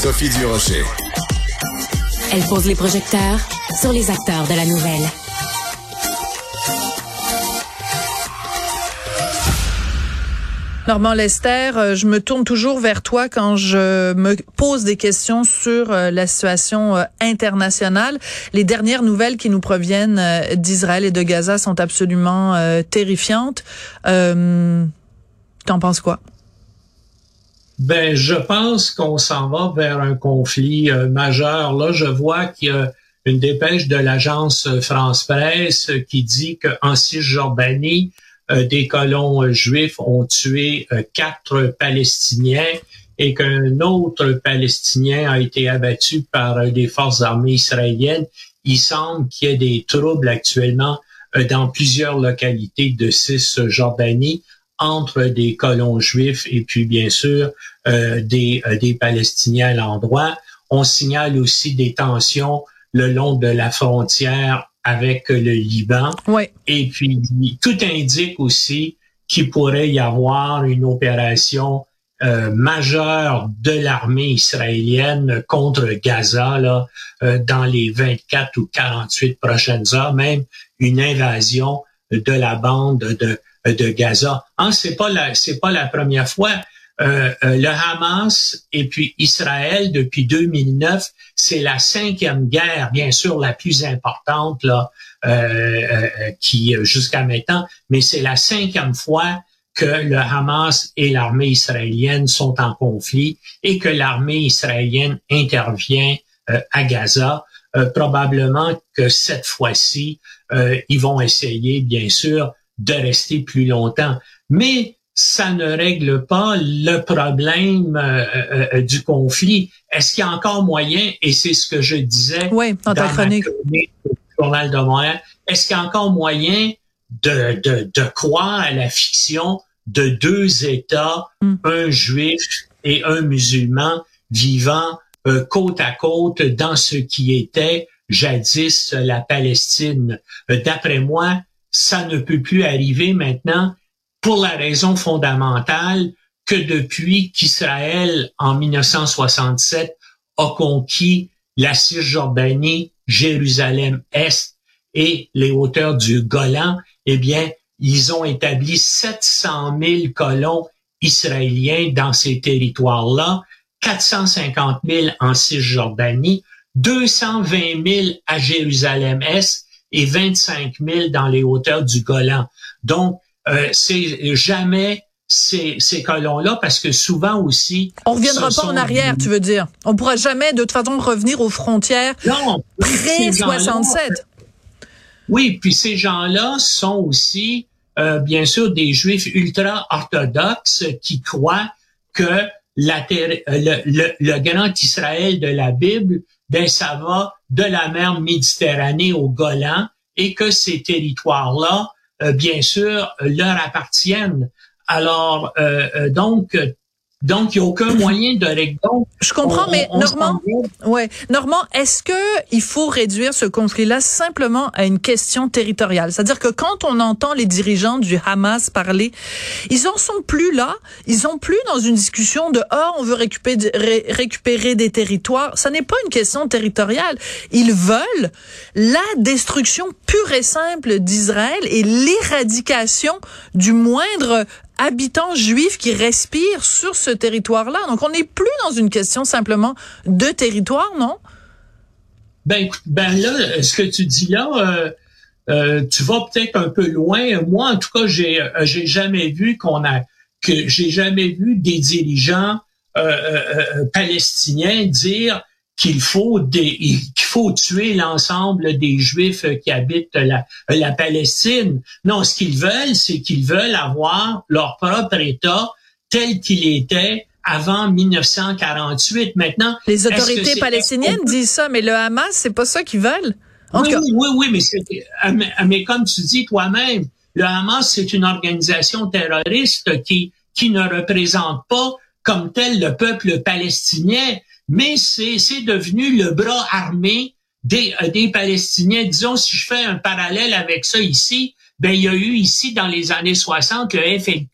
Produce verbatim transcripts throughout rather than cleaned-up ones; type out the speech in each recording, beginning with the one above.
Sophie Durocher. Elle pose les projecteurs sur les acteurs de la nouvelle. Normand Lester, euh, je me tourne toujours vers toi quand je me pose des questions sur euh, la situation euh, internationale. Les dernières nouvelles qui nous proviennent euh, d'Israël et de Gaza sont absolument euh, terrifiantes. Euh, t'en penses quoi? Ben, je pense qu'on s'en va vers un conflit euh, majeur. Là, je vois qu'il y a une dépêche de l'agence France-Presse qui dit qu'en Cisjordanie, Euh, des colons euh, juifs ont tué euh, quatre Palestiniens et qu'un autre Palestinien a été abattu par euh, des forces armées israéliennes. Il semble qu'il y ait des troubles actuellement euh, dans plusieurs localités de Cisjordanie entre des colons juifs et puis bien sûr euh, des, euh, des Palestiniens à l'endroit. On signale aussi des tensions le long de la frontière avec le Liban. Oui. Et puis, tout indique aussi qu'il pourrait y avoir une opération euh, majeure de l'armée israélienne contre Gaza là, euh, dans les vingt-quatre ou quarante-huit prochaines heures, même une invasion de la bande de, de Gaza. Hein, c'est pas la, c'est pas la première fois. Euh, euh, le Hamas et puis Israël depuis deux mille neuf, c'est la cinquième guerre, bien sûr la plus importante là, euh, euh, qui jusqu'à maintenant, mais c'est la cinquième fois que le Hamas et l'armée israélienne sont en conflit et que l'armée israélienne intervient euh, à Gaza. Euh, probablement que cette fois-ci, euh, ils vont essayer, bien sûr, de rester plus longtemps. Mais ça ne règle pas le problème euh, euh, du conflit. Est-ce qu'il y a encore moyen, et c'est ce que je disais oui, dans, ta dans chronique. ma chronique du Journal de Montréal, est-ce qu'il y a encore moyen de, de, de croire à la fiction de deux États, mm. un juif et un musulman, vivant euh, côte à côte dans ce qui était jadis la Palestine? Euh, d'après moi, ça ne peut plus arriver maintenant, pour la raison fondamentale que depuis qu'Israël, en mille neuf cent soixante-sept, a conquis la Cisjordanie, Jérusalem-Est et les hauteurs du Golan, eh bien, ils ont établi sept cent mille colons israéliens dans ces territoires-là, quatre cent cinquante mille en Cisjordanie, deux cent vingt mille à Jérusalem-Est et vingt-cinq mille dans les hauteurs du Golan. Donc, Euh, c'est jamais ces, ces colons-là, parce que souvent aussi... On reviendra pas en arrière, tu veux dire. On pourra jamais, de toute façon, revenir aux frontières pré-soixante-sept. Oui, puis ces gens-là sont aussi, euh, bien sûr, des juifs ultra-orthodoxes qui croient que la terre, le, le, le grand Israël de la Bible, ben ça va de la mer Méditerranée au Golan, et que ces territoires-là, Euh, bien sûr, leur appartiennent. Alors, euh, euh, donc, donc il n'y a aucun moyen de régler. Je comprends, on, mais on Normand, ouais, Normand, est-ce que il faut réduire ce conflit-là simplement à une question territoriale? C'est-à-dire que quand on entend les dirigeants du Hamas parler, ils en sont plus là. Ils sont plus dans une discussion de ah, oh, on veut récupérer, ré, récupérer des territoires. Ça n'est pas une question territoriale. Ils veulent la destruction pure et simple d'Israël et l'éradication du moindre habitants juifs qui respirent sur ce territoire-là. Donc, on n'est plus dans une question simplement de territoire, non? Ben, écoute, ben là, ce que tu dis là, euh, euh, tu vas peut-être un peu loin. Moi, en tout cas, j'ai, euh, j'ai jamais vu qu'on a, que j'ai jamais vu des dirigeants euh, euh, palestiniens dire qu'il faut des, qu'il faut tuer l'ensemble des Juifs qui habitent la, la Palestine. Non, ce qu'ils veulent, c'est qu'ils veulent avoir leur propre État tel qu'il était avant mille neuf cent quarante-huit. Maintenant, les autorités palestiniennes disent ça, mais le Hamas, c'est pas ça qu'ils veulent. En oui, oui, oui, oui, mais c'est, mais comme tu dis toi-même, le Hamas, c'est une organisation terroriste qui, qui ne représente pas comme tel le peuple palestinien, mais c'est, c'est devenu le bras armé des, des Palestiniens. Disons, si je fais un parallèle avec ça ici, ben, il y a eu ici, dans les années soixante, le F L Q.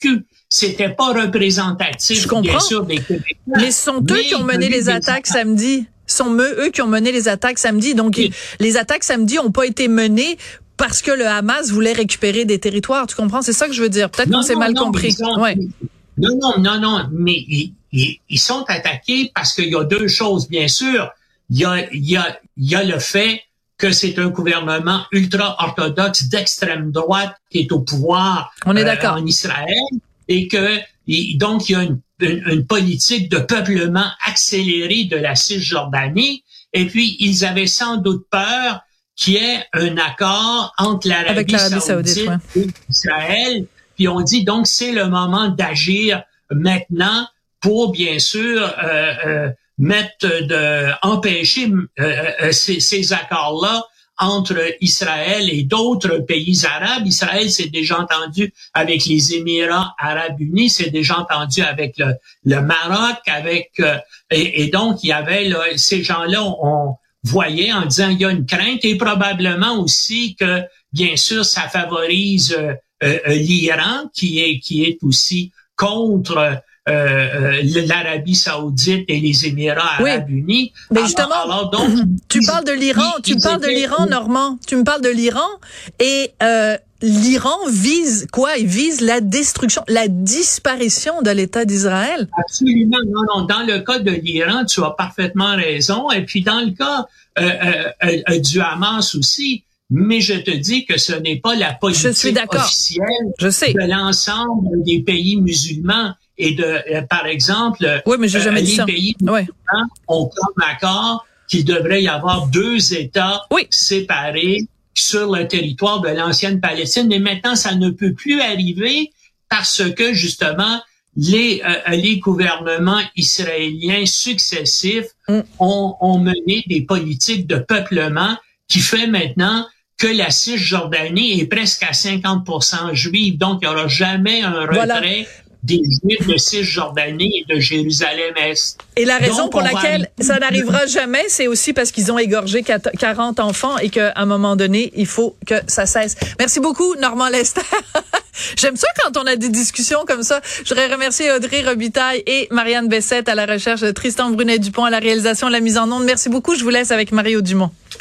c'était pas représentatif, Je comprends. bien sûr, des Québécois. Mais ce sont eux qui ont mené les attaques samedi. Ce sont eux qui ont mené les attaques samedi. Donc, oui. les attaques samedi ont pas été menées parce que le Hamas voulait récupérer des territoires. Tu comprends? C'est ça que je veux dire. Peut-être qu'on s'est mal non, compris. Sont, ouais. Non, non, non, non. Mais ils, ils, ils sont attaqués parce qu'il y a deux choses, bien sûr. Il y a, il y a, il y a le fait que c'est un gouvernement ultra-orthodoxe d'extrême droite qui est au pouvoir On est d'accord. Euh, en Israël et que et donc il y a une, une, une politique de peuplement accélérée de la Cisjordanie et puis ils avaient sans doute peur qu'il y ait un accord entre l'Arabie Saoudite, Saoudite ouais. et Israël. Puis on dit donc c'est le moment d'agir maintenant pour bien sûr euh, euh, mettre de empêcher euh, euh, ces, ces accords-là entre Israël et d'autres pays arabes. Israël s'est déjà entendu avec les Émirats arabes unis, c'est déjà entendu avec le, le Maroc, avec euh, et, et donc il y avait là, ces gens-là on voyait en disant il y a une crainte et probablement aussi que bien sûr ça favorise euh, euh, l'Iran qui est qui est aussi contre Euh, euh, l'Arabie Saoudite et les Émirats oui. arabes unis. Mais justement, alors, alors donc, tu ils, parles de l'Iran, tu me parles de l'Iran, Normand. Tu me parles de l'Iran et euh, l'Iran vise quoi? Il vise la destruction, la disparition de l'État d'Israël. Absolument. Non, non. Dans le cas de l'Iran, tu as parfaitement raison. Et puis dans le cas euh, euh, euh, du Hamas aussi. Mais je te dis que ce n'est pas la politique officielle je sais. de l'ensemble des pays musulmans. Et de, euh, par exemple, oui, mais j'ai jamais euh, dit les ça. pays ouais. ont comme accord qu'il devrait y avoir deux États oui. séparés sur le territoire de l'ancienne Palestine. Mais maintenant, ça ne peut plus arriver parce que, justement, les, euh, les gouvernements israéliens successifs mm. ont, ont mené des politiques de peuplement qui fait maintenant que la Cisjordanie est presque à cinquante pour cent juive. Donc, il n'y aura jamais un retrait voilà. des Juifs de Cisjordanie et de Jérusalem-Est. Et la raison Donc, pour laquelle va... ça n'arrivera jamais, c'est aussi parce qu'ils ont égorgé quarante enfants et qu'à un moment donné, il faut que ça cesse. Merci beaucoup, Normand Lester. J'aime ça quand on a des discussions comme ça. Je voudrais remercier Audrey Robitaille et Marianne Bessette à la recherche, de Tristan Brunet-Dupont à la réalisation, la mise en onde. Merci beaucoup. Je vous laisse avec Mario Dumont.